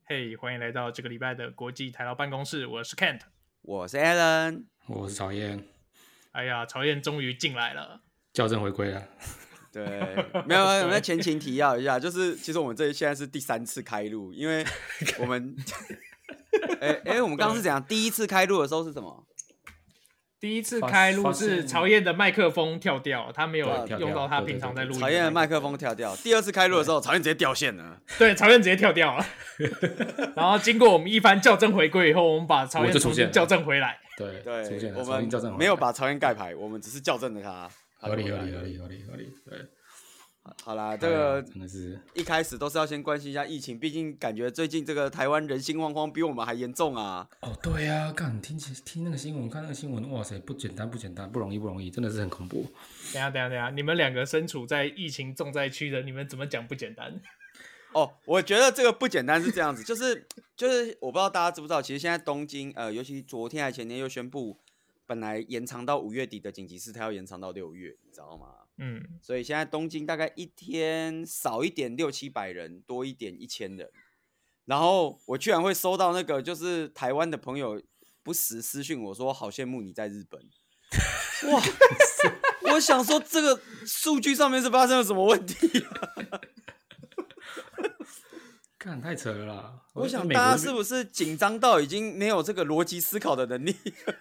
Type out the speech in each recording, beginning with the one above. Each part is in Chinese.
嘿，欢迎来到这个礼拜的国际台劳办公室，我是 Kent， 我是 Alan， 我是曹燕。 哎呀，曹燕终于进来了， 校正回归了。 对，没有，我们前情提要一下，就是其实我们现在是第3次开录，因为我们，我们刚刚是怎样？第一次开录的时候是什么？ 第一次开录是曹燕的麦克风跳掉，他没有用到他平常在录音。 曹燕的麦克风跳掉。第2次开录的时候，曹燕直接掉线了。 对，曹燕直接跳掉了。然后经过我们一番校正回归以后，我们把曹燕重新校正回来。 对， 我们没有把曹燕盖牌，我们只是校正了他。 合理。对。 好啦，这个真的是一开始都是要先关心一下疫情，毕竟感觉最近这个台湾人心惶惶，比我们还严重啊。 哦，对啊，干听那个新闻，看那个新闻，哇塞，不简单，不容易，真的是很恐怖。 等一下，你们两个身处在疫情重灾区的，你们怎么讲不简单？ 哦，我觉得这个不简单是这样子，就是我不知道大家知不知道，其实现在东京尤其昨天还前天又宣布，本来延长到5月底的紧急事态要延长到6月，你知道吗？所以现在东京大概一天少一点600-700人，多一点1000人。然后我居然会收到那个就是台湾的朋友不时私讯我说，好羡慕你在日本。哇，我想说这个数据上面是发生了什么问题啊？ 干太扯了啦！ 我想大家是不是紧张到已经没有这个逻辑思考的能力？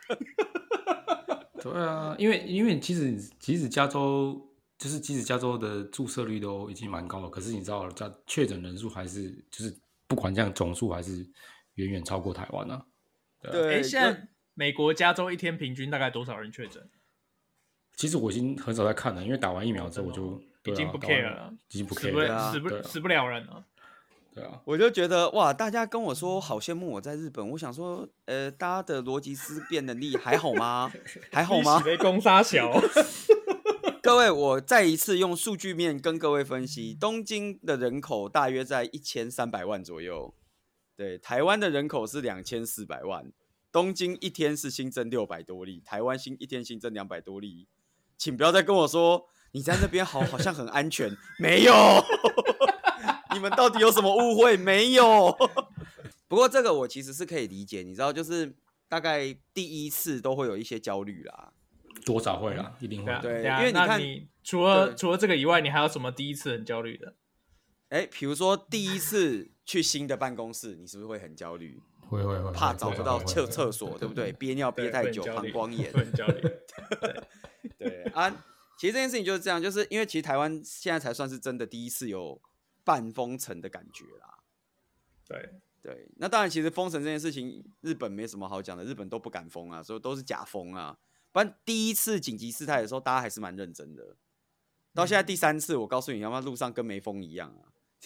对啊，因为其实加州的注射率都已经蛮高了，可是你知道确诊人数还是就是不管这样总数还是远远超过台湾啊。 对， 现在美国加州一天平均大概多少人确诊？ 其实我已经很少在看了，因为打完疫苗之后我就已经不 care 了， 已经不 care 了，死不了人了。 对啊， 我就觉得哇，大家跟我说好羡慕我在日本，我想说，大家的逻辑思辨能力还好吗？还好吗？ 被攻杀小。 各位，我再一次用数据面跟各位分析，东京的人口大约在1300万左右，对，台湾的人口是2400万，东京一天是新增600多例，台湾一天新增200多例，请不要再跟我说你在那边好像很安全，没有。你们到底有什么误会？没有。不过这个我其实是可以理解，你知道，就是大概第一次都会有一些焦虑啦， 多少会啦，一定会。 对，因为你看， 你除了这个以外，你还有什么第一次很焦虑的？ 比如说第一次去新的办公室，你是不是会很焦虑？ 会， 怕找不到厕所，对不对？憋尿憋太久，膀胱炎， 很焦虑。 对啊，其实这件事情就是这样，就是因为其实台湾现在才算是真的第一次有半封城的感觉啦。对，那当然，其实封城这件事情，日本没什么好讲的，日本都不敢封啊，所以都是假封啊。不然第一次紧急事态的时候，大家还是蛮认真的。到现在第3次，我告诉你，要不然路上跟没封一样啊。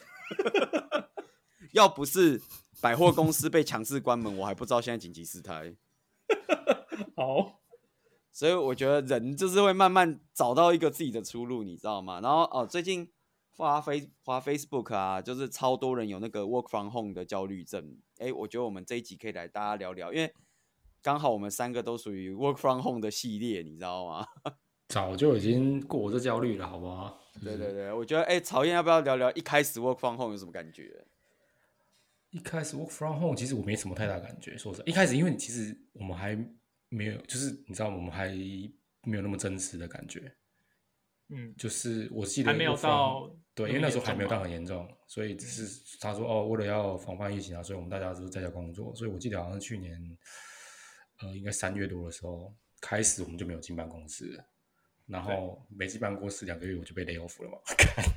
要不是百货公司被强制关门，我还不知道现在紧急事态。 好， 所以我觉得人就是会慢慢找到一个自己的出路，你知道吗？然后最近滑 Facebook 啊，就是超多人有那个 work from home 的焦虑症。我觉得我们这一集可以来大家聊聊，因为刚好我们3个都属于 work from home 的系列，你知道吗？ 早就已经过这焦虑了，好不好？ 对，我觉得曹燕要不要聊聊一开始 work from home 有什么感觉？ 一开始 work from home 其实我没什么太大感觉，说实在，一开始因为其实我们还没有，就是你知道我们还没有那么真实的感觉。就是我记得还没有到， 对，因为那时候还没有到很严重，所以只是他说为了要防范疫情啊，所以我们大家都在家工作，所以我记得好像是去年应该3月多的时候开始我们就没有进办公室了，然后没进办公室2个月我就被 lay off 了嘛。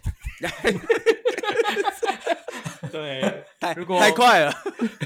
对， 太快了。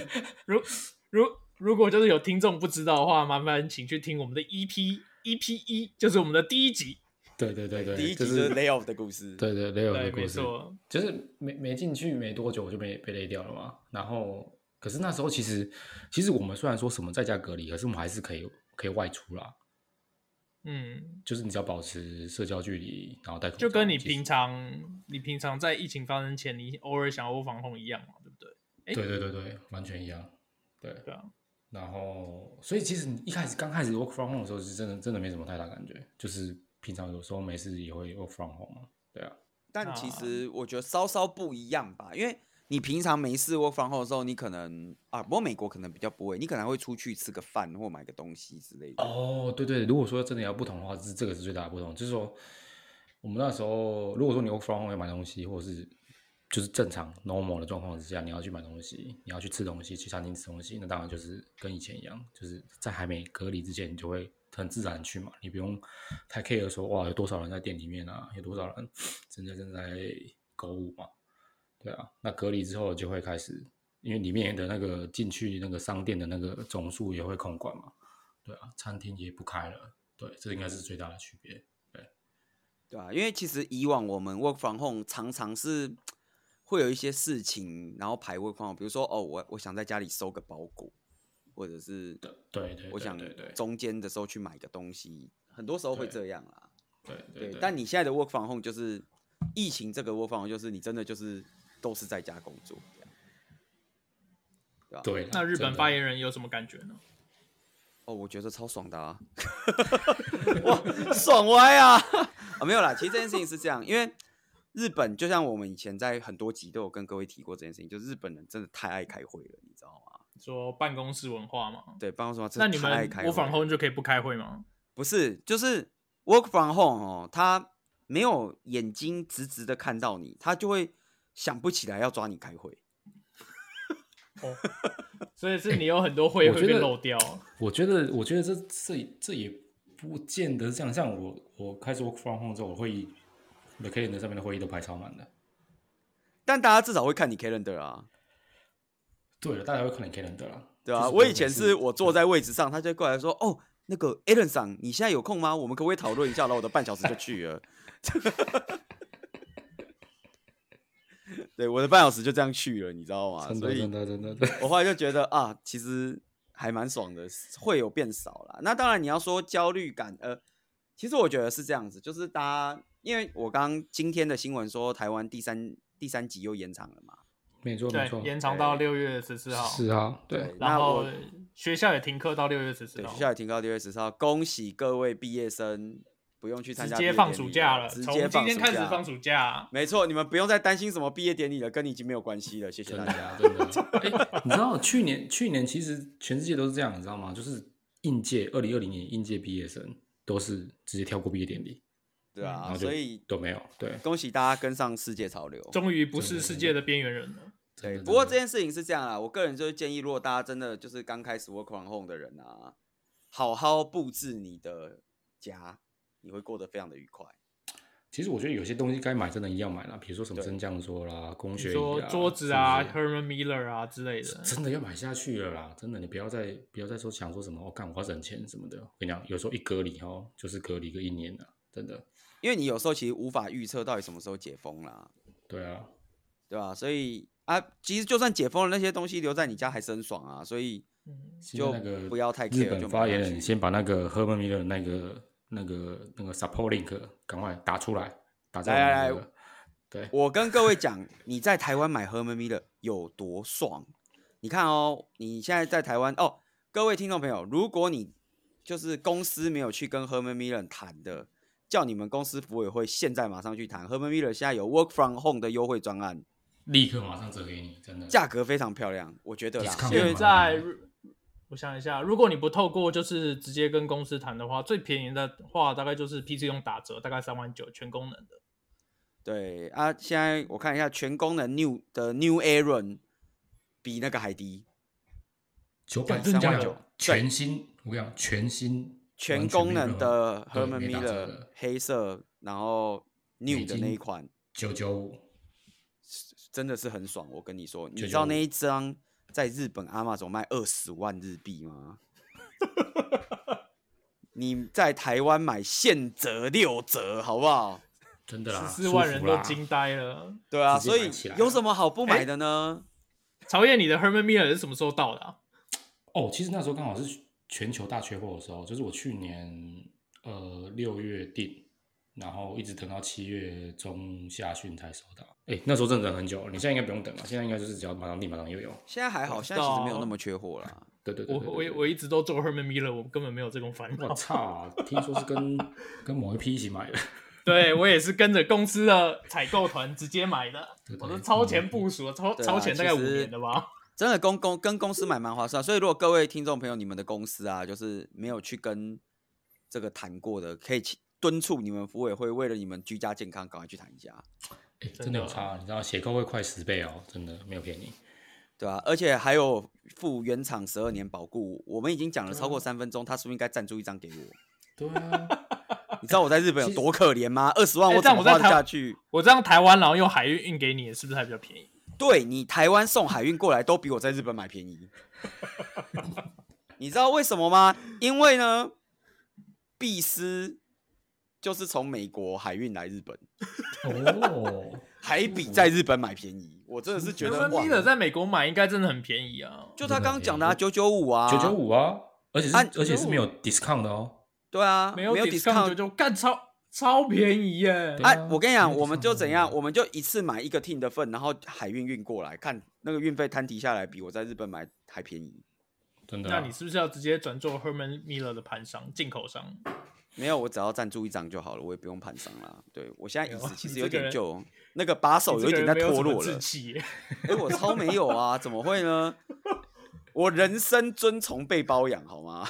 如果就是有听众不知道的话，麻烦请去听我们的 EP1，就是我们的第1集。 对， 第1集就是 layoff 的故事。 对 layoff 的故事， 没错， 就是没进去没多久我就被累掉了嘛。然后，可是那时候其实我们虽然说什么在家隔离，可是我们还是可以外出啦。就是你只要保持社交距离，然后戴口罩， 就跟你平常在疫情发生前，你偶尔想work from home一样嘛，对不对？ 对，完全一样。对啊。 然后，所以其实你刚开始 work from home 的时候，是真的没什么太大感觉，就是平常有时候没事也会 work from home 嘛。对啊。 但其实我觉得稍稍不一样吧，因为你平常没事 work from home 的时候，你可能不过美国可能比较不会，你可能会出去吃个饭或买个东西之类的。 哦，对对，如果说真的要不同的话，这个是最大的不同，就是说我们那时候如果说你 work from home 要买东西，或者是就是正常 normal 的状况之下，你要去买东西，你要去吃东西，去餐厅吃东西，那当然就是跟以前一样，就是在还没隔离之前，你就会很自然去嘛，你不用太 care 说哇有多少人在店里面啊，有多少人正在购物嘛，对啊，那隔离之后就会开始，因为里面的那个进去那个商店的那个总数也会控管嘛，对啊，餐厅也不开了，对，这应该是最大的区别， 对啊，因为其实以往我们 work from home 常常是会有一些事情，然后排 work from home，比如说我想在家里收个包裹，或者是对， 我想中间的时候去买个东西，很多时候会这样啦。 对， 但你现在的 work from home 就是疫情这个 work from home 就是你真的就是都是在家工作，对吧？ 对， 那日本发言人有什么感觉呢？ 我觉得超爽的啊！哇，爽歪啊！没有啦，其实这件事情是这样，因为日本就像我们以前在很多集都有跟各位提过这件事情，就是日本人真的太爱开会了，你知道吗？ 说办公室文化嘛， 对，办公室文化那你们真的太爱开会了。 work from home 就可以不开会吗？ 不是，就是 work from home 他没有眼睛直直的看到你，他就会想不起来要抓你开会。 所以是你有很多会被漏掉。 我觉得这也不见得是这样。像我开始 work from home 之后，我会议的 calendar 上面的会议都排超满的。 但大家至少会看你 calendar 啊。 对了，大家会看你 calendar 啊。 对啊，我以前是我坐在位置上，他就过来说：“哦，那个 Alan 桑，你现在有空吗？我们可不可以讨论一下？”然后我的半小时就去了。对，我的半小时就这样去了，你知道吗？ 真的， 我后来就觉得啊，其实还蛮爽的，会有变少啦。那当然你要说焦虑感，其实我觉得是这样子，就是大家，因为我刚今天的新闻说台湾第三级又延长了嘛， 没错， 延长到6月14号。 14号，对。 然后学校也停课到6月14号。 对，学校也停课到6月14号。恭喜各位毕业生，不用去参加直接放暑假了， 直接从今天开始放暑假。 没错，你们不用再担心什么毕业典礼了，跟你已经没有关系了。谢谢大家。 真的，你知道去年其实全世界都是这样，你知道吗？就是应届2020年应届毕业生都是直接跳过毕业典礼。 对啊，所以都没有。对， 恭喜大家跟上世界潮流， 终于不是世界的边缘人了。 对，不过这件事情是这样啦，我个人就是建议，如果大家真的就是刚开始 work from home 的人啊，好好布置你的家，你会过得非常的愉快。 其实我觉得有些东西该买真的一样买啦，比如说什么升降桌啦、工学椅说桌子啊、Herman Miller 啊之类的， 真的要买下去了啦！真的，你不要再说想说什么干我要省钱什么的。我跟你讲，有时候一隔离就是隔离个1年了，真的。 因为你有时候其实无法预测到底什么时候解封啦。 对啊， 对吧？所以其实就算解封了，那些东西留在你家还是很爽啊。所以就不要太 care。 日本发言人先把那个 Herman Miller 那个 support link 赶快打出来，打在来。对， 我跟各位讲，你在台湾买 Herman Miller 有多爽？你看哦，你现在在台湾哦，各位听众朋友，如果你就是公司没有去跟 Herman Miller 谈的，叫你们公司服委会现在马上去谈。Herman Miller 现在有 Work from Home 的优惠专案， 立刻马上折给你，真的价格非常漂亮，我觉得啦。 现在我想一下，如果你不透过就是直接跟公司谈的话，最便宜的话大概就是 PC 用打折，大概39000全功能的。 对啊，现在我看一下全功能 New Aaron 比那个还低 ，939全新，我跟你讲， 全功能的 Herman Miller 黑色，然后 New 的那一款 995， 真的是很爽。我跟你说，你知道那一张在日本Amazon卖20万日币吗？你在台湾买现折6折，好不好？ 真的啦 ，14万人都惊呆了。 对啊，所以有什么好不买的呢？ 曹燕，你的 Herman Miller 是什么时候到的啊？ 其实那时候刚好是全球大缺货的时候，就是我去年6月订，然后一直等到7月中下旬才收到。那时候真的等很久了，你现在应该不用等了，现在应该就是只要马上订马上又有。 现在还好，现在其实没有那么缺货了。 对， 我一直都做 Herman Miller， 我根本没有这种烦恼。 我操，听说是跟某一批一起买的。 对我也是跟着公司的采购团直接买的， 对我都超前部署了，超前大概5年的吧。 真的跟公司买蛮划算，所以如果各位听众朋友，你们的公司啊，就是没有去跟这个谈过的，可以敦促你们福委会为了你们居家健康，赶快去谈一下。 真的有差，你知道血扣会快10倍哦，真的没有骗你。 对啊，而且还有付原厂12年保固，我们已经讲了超过3分钟，他是不是应该赞助一张给我？ 对啊， 你知道我在日本有多可怜吗？20万我怎么花得下去？ 我这样台湾然后用海运给你，是不是还比较便宜？ 对，你台湾送海运过来都比我在日本买便宜。你知道为什么吗？因为呢，必斯就是从美国海运来日本， 哦， 还比在日本买便宜。我真的是觉得哇， Miller 在美国买应该真的很便宜啊。 就他刚刚讲的啊，995啊 ，995啊，而且是没有 discount 的哦。 对啊， 没有 discount 就干超便宜耶！ 我跟你讲，我们就怎样，我们就一次买1个 team 的份，然后海运过来，看那个运费摊提下来，比我在日本买还便宜。 真的那你是不是要直接转做 Herman Miller 的盘商、进口商？ 没有，我只要赞助1张就好了，我也不用盘商啦。对我现在椅子其实有你这个人点旧，那个把手有一点在脱落了。我超没有啊，怎么会呢？我人生遵从被包养，好吗？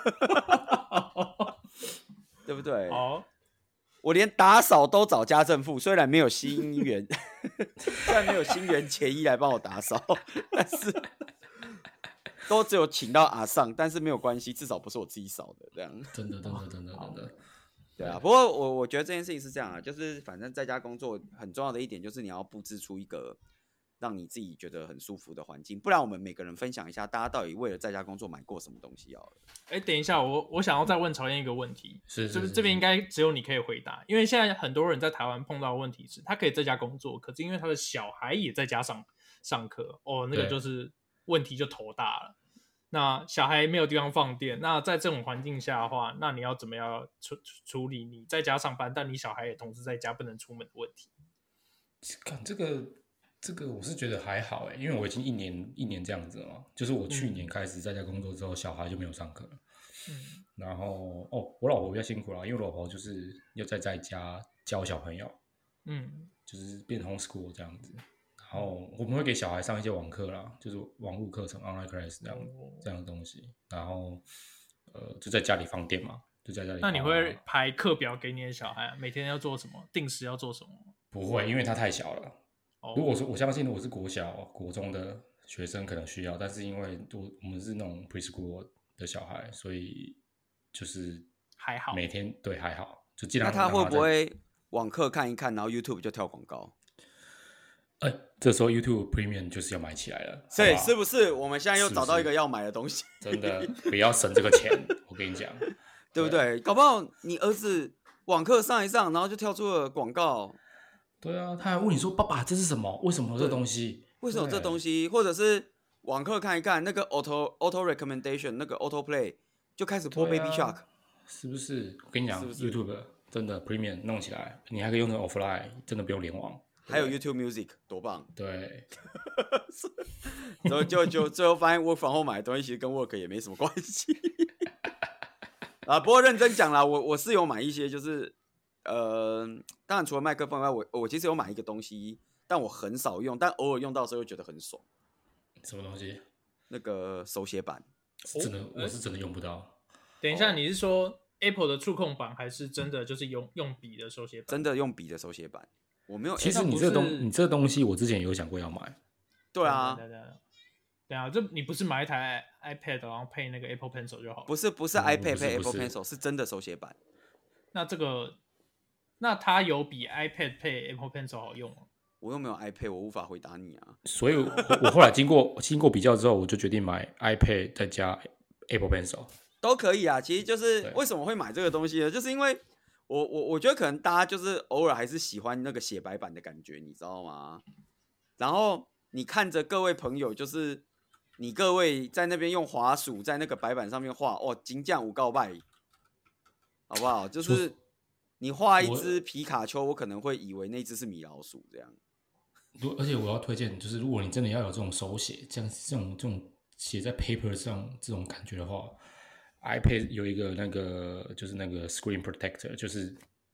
对不对？ 好， 我连打扫都找家政妇，虽然没有新源，虽然没有新源前一来帮我打扫，但是都只有请到阿尚，但是没有关系，至少不是我自己扫的，这样。 真的。 对啊，不过我觉得这件事情是这样啊，就是反正在家工作很重要的一点就是你要布置出一个让你自己觉得很舒服的环境，不然我们每个人分享一下，大家到底为了在家工作买过什么东西好了。 等一下，我想要再问曹燕一个问题， 是这边应该只有你可以回答，因为现在很多人在台湾碰到的问题是，他可以在家工作，可是因为他的小孩也在家上课，那个就是问题就头大了。那小孩没有地方放电，那在这种环境下的话，那你要怎么样处理你在家上班，但你小孩也同时在家不能出门的问题？ 看这个我是觉得还好因为我已经一年这样子了嘛，就是我去年开始在家工作之后，小孩就没有上课了。然后我老婆比较辛苦啦，因为我老婆就是要在家教小朋友，就是变 homeschool 这样子。然后我们会给小孩上一些网课啦，就是网络课程 online class 这样的东西。然后就在家里放电嘛，就在家里。 那你会排课表给你的小孩，每天要做什么，定时要做什么？ 不会，因为他太小了。如果说我相信我是国小、国中的学生可能需要，但是因为我们是那种 preschool 的小孩，所以就是还好， 每天对还好，就尽量。 那他会不会网课看一看，然后 YouTube 就跳广告？ 这时候 YouTube Premium 就是要买起来了， 所以是不是我们现在又找到一个要买的东西？ 真的不要省这个钱，我跟你讲， 对不对？搞不好你儿子网课上一上，然后就跳出了广告。 对啊，他还问你说：“爸爸，这是什么？为什么有这东西？ 为什么有这东西？”或者是网课看一看，那个 auto recommendation 那个 auto play 就开始播 Baby Shark， 是不是？我跟你讲， 是不是 YouTube 真的 Premium 弄起来，你还可以用成 offline，真的不用联网。 还有 YouTube Music 多棒！ 对， 然后就最后发现 Work from home 买的东西其实跟 Work 也没什么关系。不过认真讲啦，我是有买一些，就是当然除了麦克风以外，我其实有买一个东西，但我很少用，但偶尔用到的时候又觉得很爽。 什么东西？ 那个手写板， 我是真的用不到。 等一下，你是说 Apple 的触控板，还是真的就是用笔的手写板？ 真的用笔的手写板。我没有。 其实你这东西，我之前有想过要买。 对啊。 对啊，这你不是买一台 iPad 然后配那个 Apple Pencil 就好了？ 不是 iPad 配 Apple Pencil， 是真的手写板。 那它有比 iPad 配 Apple Pencil 好用吗？ 我又没有 iPad， 我无法回答你啊。 所以我后来经过比较之后，我就决定买 iPad 再加 Apple Pencil 都可以啊。其实就是为什么会买这个东西呢？就是因为我觉得可能大家就是偶尔还是喜欢那个写白板的感觉，你知道吗？然后你看着各位朋友，就是你各位在那边用滑鼠在那个白板上面画，金匠五告拜，好不好？就是你画一只皮卡丘，我可能会以为那只是米老鼠这样。 而且我要推荐，就是如果你真的要有这种手写，这种写在 paper 上这种感觉的话，iPad 有一个就是那个 Screen Protector，就是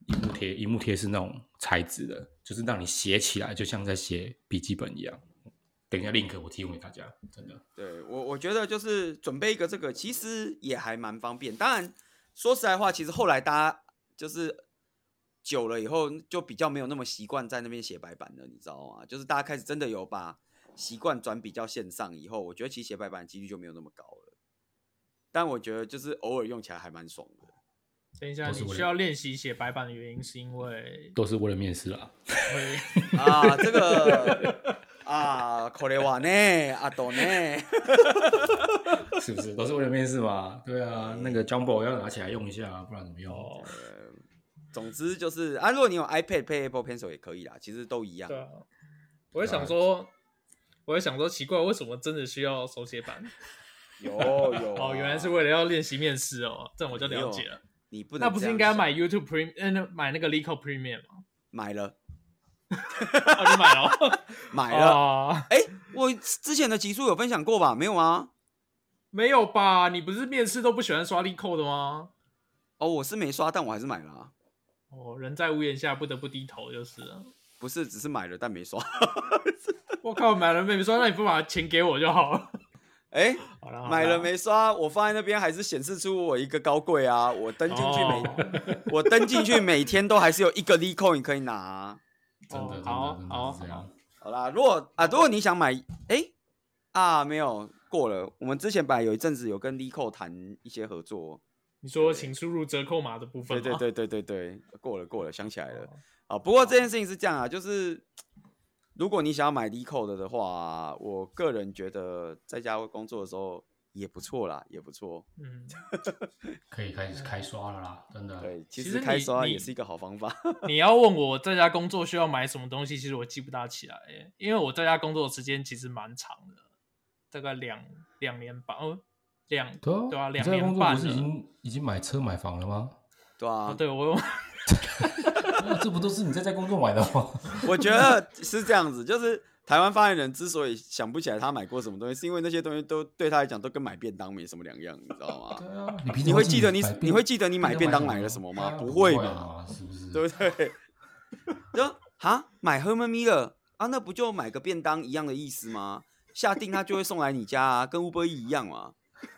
荧幕贴是那种材质的，就是让你写起来就像在写笔记本一样。等一下 link 我提供给大家，真的。 对我觉得就是准备一个这个，其实也还蛮方便。当然说实在话，其实后来大家就是久了以后，就比较没有那么习惯在那边写白板了，你知道吗？就是大家开始真的有把习惯转比较线上以后，我觉得其实写白板的几率就没有那么高了。但我觉得就是偶尔用起来还蛮爽的。 等一下，你需要练习写白板的原因是因为都是为了面试啦。 这个これはね、あとね， 是不是都是为了面试嘛？对啊，那个 Jumbo 要拿起来用一下，不然怎么用？ 总之就是如果你有 iPad 配 Apple Pencil 也可以啦，其实都一样。 对啊，我会想说，奇怪，为什么真的需要手写板？ 有原来是为了要练习面试哦，这样我就了解了。 你不能那不是应该买 YouTube Premium， 买那个 LeetCode Premium 吗？ 买了， 你买了？ 买了。我之前的集数有分享过吧？没有吗？ 没有吧？你不是面试都不喜欢刷 LeetCode 的吗？ 我是没刷，但我还是买了啊。 人在屋檐下不得不低头就是了。 不是，只是买了但没刷。 我靠，买了没刷，那你不把钱给我就好了。 买了没刷，我放在那边还是显示出我一个高贵啊！我登进去每天都还是有1个 LeetCode 可以拿啊。 真的好， 好啦，如果你想买，没有过了。我们之前本来有一阵子有跟 LeetCode 谈一些合作。 你说请输入折扣码的部分吗？ 对，过了，想起来了。不过这件事情是这样啊，就是如果你想要买 LeetCode 的话，我个人觉得在家工作的时候也不错啦，也不错。 可以开始开刷了啦，真的。 对，其实开刷也是一个好方法。 你要问我在家工作需要买什么东西，其实我记不大起来，因为我在家工作的时间其实蛮长的，大概两年吧。对啊，2年半了。 不是已经买车买房了吗？ 对啊， 对我这不都是你在家工作买的吗？ 我觉得是这样子，就是台湾发言人之所以想不起来他买过什么东西，是因为那些东西都对他来讲都跟买便当没什么两样，你知道吗？ 对啊， 你会记得你买便当买了什么吗？不会嘛， 是不是？ 对不对？就买 Herman Miller 那不就买个便当一样的意思吗？下订他就会送来你家啊，跟 Uber Eats 一样嘛。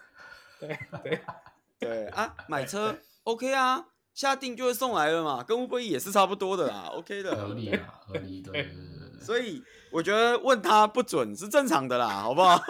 对买车 OK 啊，下订就会送来了嘛，跟 Uber Eats 也是差不多的啦 ，OK 的， 合理啊，合理的。对。 所以我觉得问他不准是正常的啦，好不好？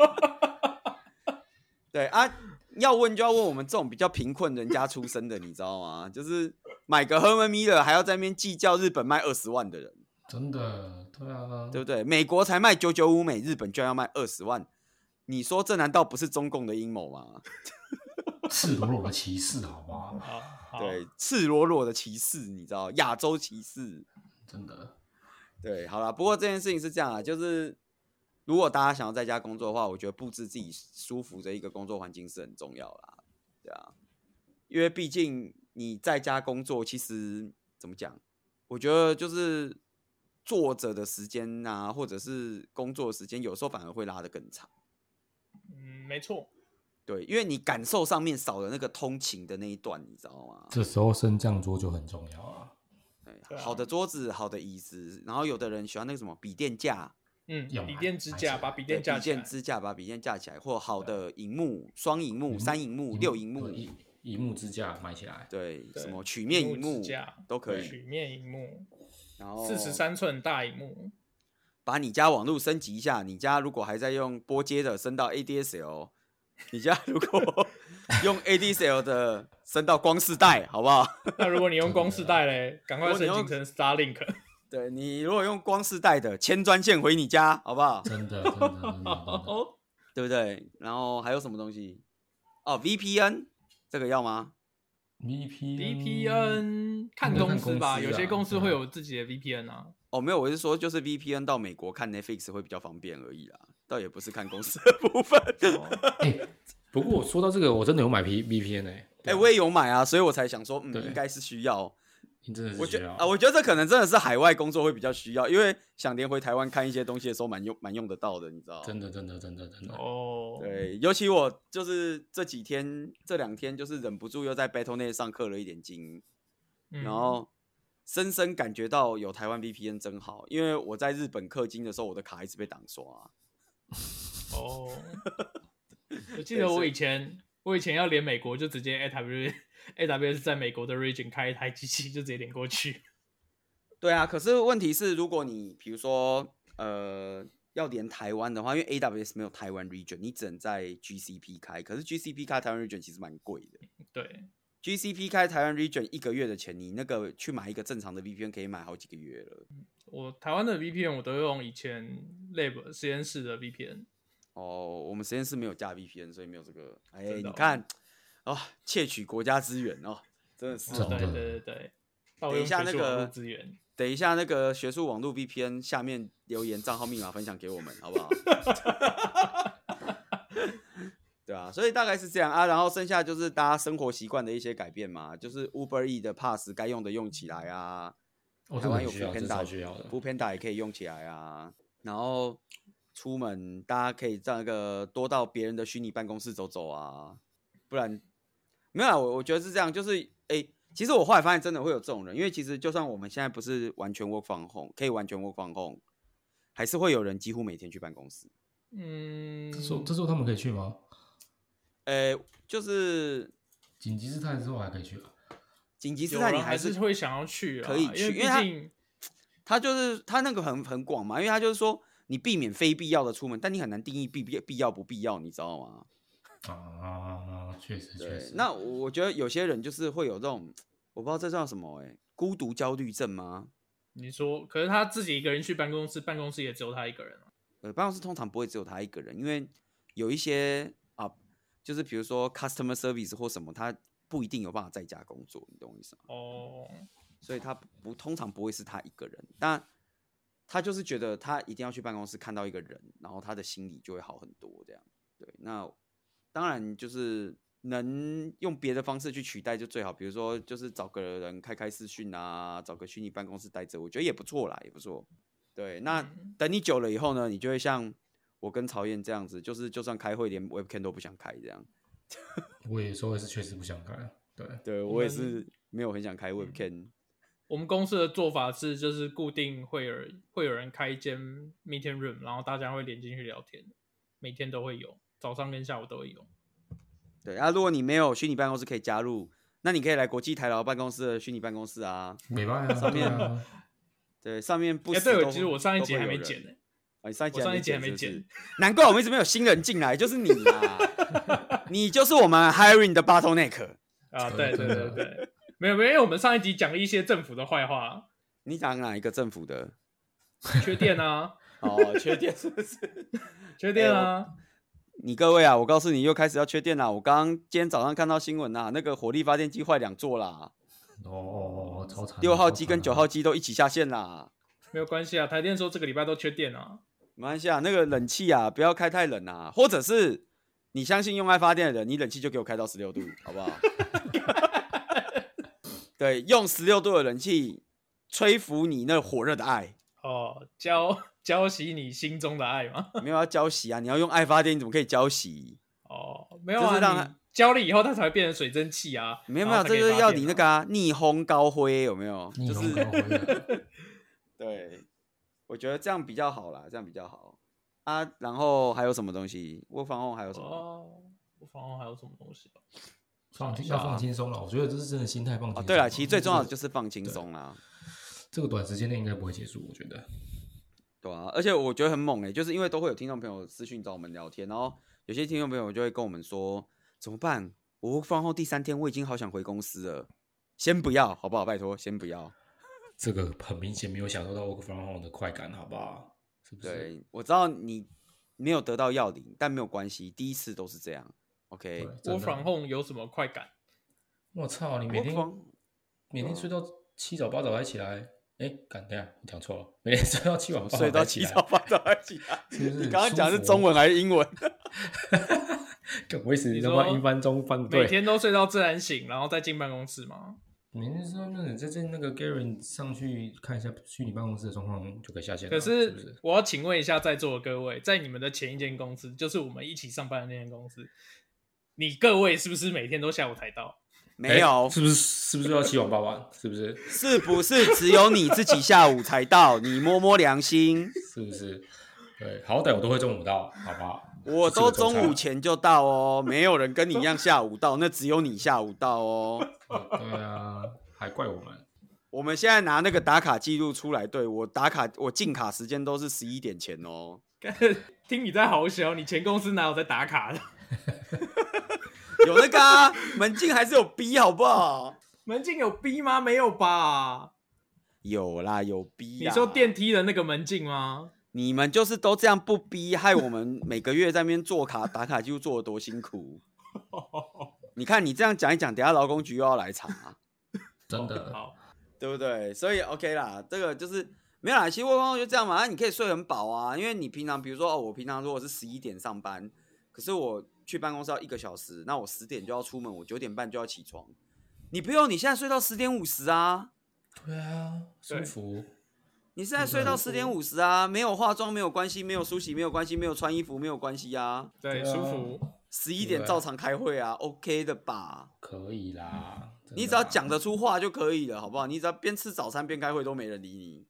对要问就要问我们这种比较贫困人家出身的，你知道吗？就是买个 Herman Miller 还要在那边计较日本卖20万的人， 真的，对啊， 对不对？美国才卖995美，日本居然要卖20万，你说这难道不是中共的阴谋吗？ 赤裸裸的歧视，好不好？ 对，赤裸裸的歧视，你知道，亚洲歧视， 真的。 对，好啦，不过这件事情是这样啊，就是如果大家想要在家工作的话，我觉得布置自己舒服的一个工作环境是很重要啦，对啊，因为毕竟你在家工作，其实怎么讲？我觉得就是坐着的时间啊，或者是工作的时间，有时候反而会拉得更长。 没错。 对，因为你感受上面少了那个通勤的那一段，你知道吗？ 这时候升降桌就很重要啊。 好的桌子，好的椅子，然后有的人喜欢那个什么笔电架， 笔电支架，把笔电架起来， 把笔电架起来，或好的荧幕，双荧幕、3荧幕、6荧幕， 荧幕支架买起来， 对，什么曲面荧幕都可以， 曲面荧幕， 然后 43寸大荧幕， 把你家网络升级一下，你家如果还在用拨接的，升到 ADSL。你家如果用 ADSL 的升到光世代，好不好？ 那如果你用光世代嘞，赶快升级成 Starlink。 对，你如果用光世代的，牵专线回你家，好不好？ 真的， 对不对？然后还有什么东西？VPN 这个要吗 ？VPN 看公司吧，有些公司会有自己的 VPN 啊。 没有，我是说就是 VPN 到美国看 Netflix 会比较方便而已啦，倒也不是看公司的部分。 不过说到这个，我真的有买 VPN 我也有买啊，所以我才想说，应该是需要。 真的是需要我觉得这可能真的是海外工作会比较需要，因为想连回台湾看一些东西的时候蛮用得到的，你知道吗？ 真的。 对，尤其我就是这2天就是忍不住又在 Battle.net 上氪了一点金， 然后深深感觉到有台湾 VPN 真好，因为我在日本氪金的时候，我的卡一直被挡刷。 哦，我记得我以前要连美国就直接 AWS 在美国的 region 开一台机器就直接连过去。 对啊，可是问题是，如果你比如说要连台湾的话，因为 AWS 没有台湾 region， 你只能在 GCP 开。可是 GCP 开台湾 region 其实蛮贵的。 对 ，GCP 开台湾 region 1个月的钱，你那个去买一个正常的 VPN 可以买好几个月了。 我台湾的 VPN 我都用以前 Lab 实验室的 VPN。 哦，我们实验室没有架 VPN， 所以没有这个。哎， 你看，窃取国家资源哦，真的是。 对。 等一下那个资源。 等一下那个学术网络 VPN 下面留言账号密码分享给我们，好不好？对啊，所以大概是这样啊。然后剩下就是大家生活习惯的一些改变嘛，就是 Uber E 的 Pass 该用的用起来啊。台湾有 Foodpanda 也可以用起来啊。然后出门大家可以在那个多到别人的虚拟办公室走走啊，不然没有啊。我觉得是这样，就是其实我后来发现真的会有这种人，因为其实就算我们现在不是完全 work from home， 可以完全 work from home， 还是会有人几乎每天去办公室。 这时候他们可以去吗？ 就是紧急事态之后还可以去啊。 紧急事态你还是会想要去啊， 可以去，因为他就是他那个很广嘛，因为他就是说你避免非必要的出门，但你很难定义必要不必要，你知道吗？ 确实。 那我觉得有些人就是会有这种，我不知道这叫什么孤独焦虑症吗？ 你说，可是他自己一个人去办公室，办公室也只有他一个人啊。 办公室通常不会只有他一个人，因为有一些就是比如说 customer service 或什么，他不一定有办法在家工作，你懂我意思吗？所以他通常不会是他一个人，但他就是觉得他一定要去办公室看到一个人，然后他的心理就会好很多这样。对，那当然就是能用别的方式去取代就最好，比如说就是找个人开视讯啊，找个虚拟办公室待着，我觉得也不错啦，也不错。对，那等你久了以后呢，你就会像我跟曹燕这样子，就是就算开会连 webcam 都不想开这样。 我有时候也是确实不想开， 对我也是没有很想开 webcam。 我们公司的做法是，就是固定会有人开一间 meeting room， 然后大家会连进去聊天，每天都会有，早上跟下午都会有。 对啊，如果你没有虚拟办公室可以加入，那你可以来国际台劳办公室的虚拟办公室啊。 没办法， 上面对上面不对，其实我上一集还没剪呢。 你上一集还没剪， 是难怪我们一直没有新人进来，就是你啊，你就是我们 hiring 的 bottleneck 啊！对，没有，因为我们上一集讲了一些政府的坏话。 你讲哪一个政府的？ 缺电啊！ 缺电是不是？ 缺电啊！ 你各位啊，我告诉你，又开始要缺电啦！我今天早上看到新闻啦，那个火力发电机坏2座啦。 超惨 ！6号机跟9号机都一起下线啦。 没有关系啊，台电说这个礼拜都缺电啊。 没关系啊，那个冷气啊，不要开太冷啊，或者是你相信用爱发电的人，你冷气就给我开到16度，好不好？对，用16度的冷气吹拂你那火热的爱。 浇熄你心中的爱吗？ 没有要浇熄啊，你要用爱发电，你怎么可以浇熄？ 没有啊，你浇了以后它才会变成水蒸气啊。 没有，这就是要你那个逆烘高灰，有没有？ 逆烘高灰。 对，我觉得这样比较好啦，这样比较好啊。然后还有什么东西？work from home还有什么 ？work from home还有什么东西？ 要放轻松了，我觉得这是真的心态放轻松。 对了，其实最重要的就是放轻松啦。 这个短时间内应该不会结束，我觉得。 对啊，而且我觉得很猛就是因为都会有听众朋友私讯找我们聊天，然后有些听众朋友就会跟我们说怎么办？我work from home第3天，我已经好想回公司了，先不要好不好？拜托，先不要。 这个很明显没有享受到 work from home 的快感，好不好？是不是？ 对，我知道你没有得到要领，但没有关系，第一次都是这样。OK，work from home 有什么快感？ 我操，你每天睡到7早8早才起来，等一下我讲错了，每天睡到7晚8早睡到7早8早才起来，你刚刚讲的是中文还是英文？ 我一时他妈英翻中翻对， 每天都睡到自然醒，然后再进办公室吗？ 每天说那个 Gary 上去看一下虚拟办公室的状况就可以下线了。 可是我要请问一下在座的各位，在你们的前一间公司，就是我们一起上班的那间公司，你各位是不是每天都下午才到？ 没有， 是不是要7晚8晚？是不是？ 是不是只有你自己下午才到？你摸摸良心， 是不是？对，好歹我都会中午到，好不好？ 我都中午前就到哦，没有人跟你一样下午到，那只有你下午到哦。 对啊，还怪我们。 我们现在拿那个打卡记录出来，对，我进卡时间都是11点前哦。 听你在豪小，你前公司哪有在打卡的？ 有那个啊，门禁还是有逼，好不好？ 门禁有逼吗？没有吧？ 有啦，有逼啦。 你说电梯的那个门禁吗？ 你们就是都这样不逼，害我们每个月在那边做卡打卡记录做得多辛苦。你看你这样讲一讲，等一下劳工局又要来查， 真的好， 对不对？所以 OK 啦，这个就是没有啦。其实我就这样嘛，你可以睡很饱啊，因为你平常比如说我平常如果是11点上班，可是我去办公室要1个小时，那我10点就要出门，我9点半就要起床。你不用，你现在睡到10点50啊。 对啊，舒服。 你现在睡到10点50啊，没有化妆没有关系，没有梳洗没有关系，没有穿衣服没有关系啊。 对，舒服。 11点照常开会啊 ，OK 的吧？ 可以啦， 你只要讲得出话就可以了，好不好？你只要边吃早餐边开会都没人理你。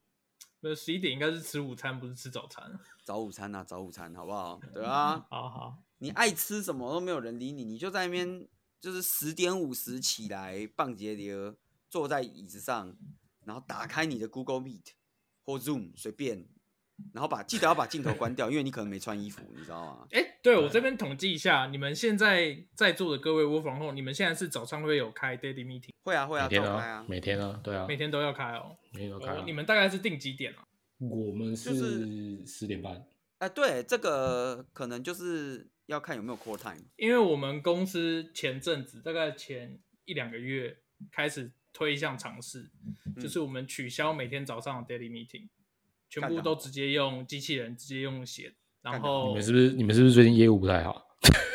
11点应该是吃午餐，不是吃早餐。 早午餐啊，早午餐，好不好？对啊， 好， 你爱吃什么都没有人理你，你就在那边就是10点50起来，棒节碟坐在椅子上，然后打开你的 Google Meet 或 Zoom 随便，然后记得要把镜头关掉，因为你可能没穿衣服，你知道吗？ 对，我这边统计一下，你们现在在座的各位work from home，你们现在是早上会有开 daily meeting？ 会啊， 每天照开啊， 每天啊，对啊， 每天都要开哦， 每天都开。 你们大概是定几点啊？ 我们是10点半。 对，这个可能就是要看有没有 core time， 因为我们公司前阵子大概前1-2个月开始推一项尝试，就是我们取消每天早上的 daily meeting， 全部都直接用机器人，直接用写。然后你们是不是最近业务不太好？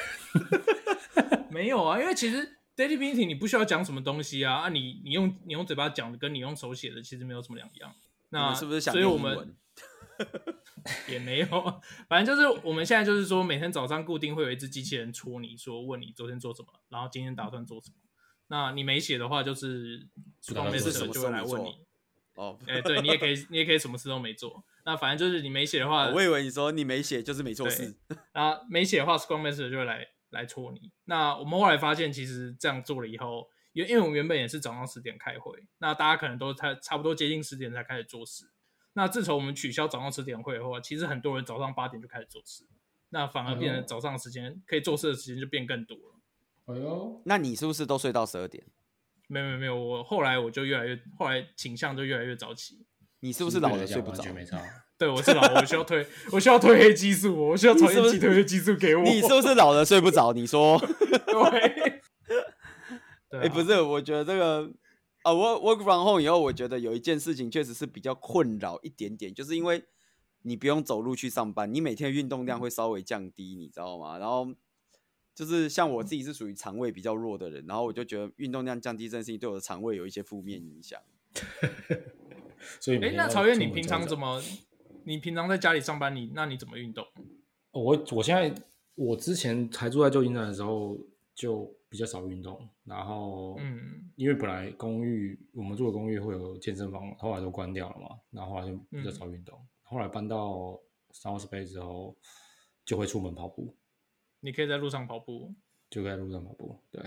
没有啊，因为其实 daily meeting 你不需要讲什么东西啊，你用嘴巴讲的跟你用手写的其实没有什么两样。那你们是不是想所以我英文们也没有，反正就是我们现在就是说，每天早上固定会有一只机器人戳你说，问你昨天做什么，然后今天打算做什么。那你没写的话，就是Scrum Master 就会来问你。对，你也可以什么事都没做。那反正就是你没写的话， 我以为你说你没写就是没做事。 那没写的话 ，Scrum Master 就会来戳你。那我们后来发现，其实这样做了以后，因为我们原本也是早上10点开会，那大家可能都差不多接近10点才开始做事。那自从我们取消早上10点会的话，其实很多人早上8点就开始做事，那反而变成早上的时间可以做事的时间就变更多了。 哎呦， 那你是不是都睡到12点？ 没有，我后来后来倾向就越来越早起。 你是不是老了睡不着？ 对，我是老了，我需要褪黑激素，我需要传一剂褪黑激素给我。 你是不是老了睡不着？你说？ 对， 不是，我觉得这个work from home 以后，我觉得有一件事情确实是比较困扰一点点，就是因为你不用走路去上班，你每天的运动量会稍微降低，你知道吗？然后就是像我自己是属于肠胃比较弱的人，然后我就觉得运动量降低这件事情对我的肠胃有一些负面影响。 所以那曹燕，你平常怎么？你平常在家里上班，那你怎么运动？ 我现在我之前还住在旧金山的时候就比较少运动，然后因为本来我们住的公寓会有健身房，后来都关掉了嘛，然后后来就比较少运动。后来搬到 South Bay 之后，就会出门跑步。 你可以在路上跑步， 就可以在路上跑步，对。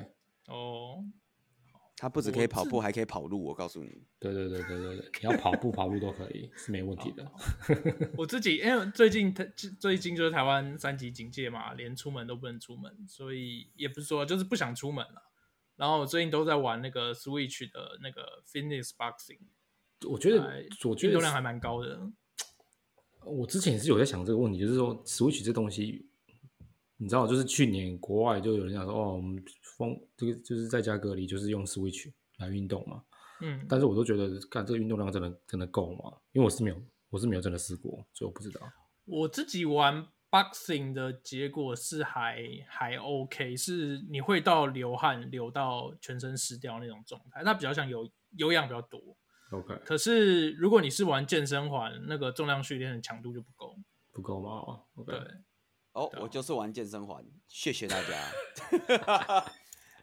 他不只可以跑步，还可以跑路。我告诉你， 对，你要跑步都可以，是没问题的。 我自己因为最近就是台湾3级警戒嘛，连出门都不能出门，所以也不是说就是不想出门了。然后我最近都在玩那个 Switch 的那个 Fitness Boxing， 我觉得运动量还蛮高的。 我之前也是有在想这个问题，就是说 Switch 这东西。你知道，就是去年国外就有人讲说，我们这个就是在家隔离，就是用 Switch 来运动嘛。但是我都觉得，干这个运动量真的够吗？因为我是没有真的试过，所以我不知道。 我自己玩 Boxing 的结果是还 OK， 是你会到流汗流到全身湿掉那种状态，它比较像有氧比较多。 OK， 可是如果你是玩健身环，那个重量训练的强度就不够。 不够吗 ？OK。 我就是玩健身环，谢谢大家。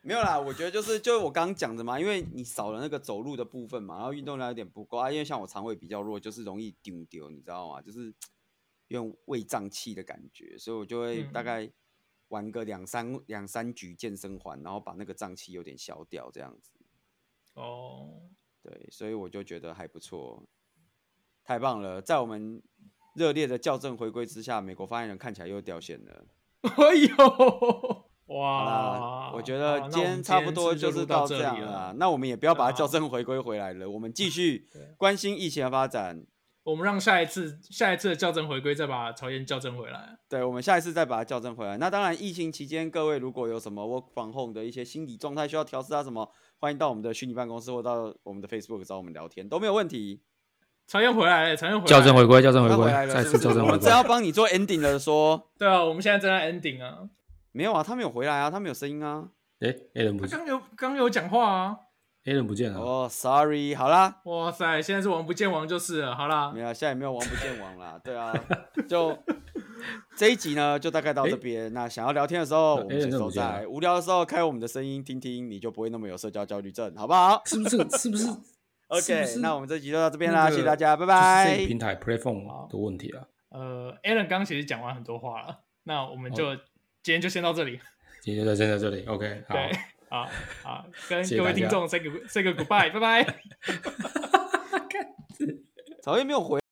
没有啦，我觉得就是我刚刚讲的嘛，因为你少了那个走路的部分嘛，然后运动量有点不够啊。因为像我肠胃比较弱，就是容易丢，你知道吗？就是用胃胀气的感觉，所以我就会大概玩个两三局健身环，然后把那个胀气有点消掉，这样子。 哦， 对，所以我就觉得还不错，太棒了！在我们热烈的校正回归之下，美国发言人看起来又掉线了。 哎呦！ 好啦， 哇， 我觉得好今天差不多就是到这样了了。那我们也不要把它校正回归回来了，我们继续关心疫情的发展。 我们让下一次的校正回归再把曹燕校正回来。 对，我们下一次再把它校正回来。那当然，疫情期间各位如果有什么 work from home 的一些心理状态需要调试啊什么，欢迎到我们的虚拟办公室或到我们的 Facebook 找我们聊天，都没有问题。 曹燕回来了， 校正回归，再次校正回归。 我们正要帮你做 ending 了说。 对啊，我们现在正在 ending 啊。 没有啊，他没有回来啊，他没有声音啊。 Alan 不见， 刚有讲话啊。 Alan 不见了。 哦 ，sorry， 好啦。 哇塞，现在是王不见王就是了，好啦。 没有，现在也没有王不见王啦。对啊，就这一集呢，就大概到这边。那想要聊天的时候，我们先收在；无聊的时候，开我们的声音听听，你就不会那么有社交焦虑症，好不好？ 是不是 ？OK， 那我们这集就到这边啦，谢谢大家，拜拜。 就是这个平台 platform 的问题啊。 Alan 刚刚其实讲完很多话了，那我们就今天就先到这里。 今天就先到这里 ，OK， 好。 对，好，跟各位听众 say 个 goodbye， 拜拜。 曹燕没有回。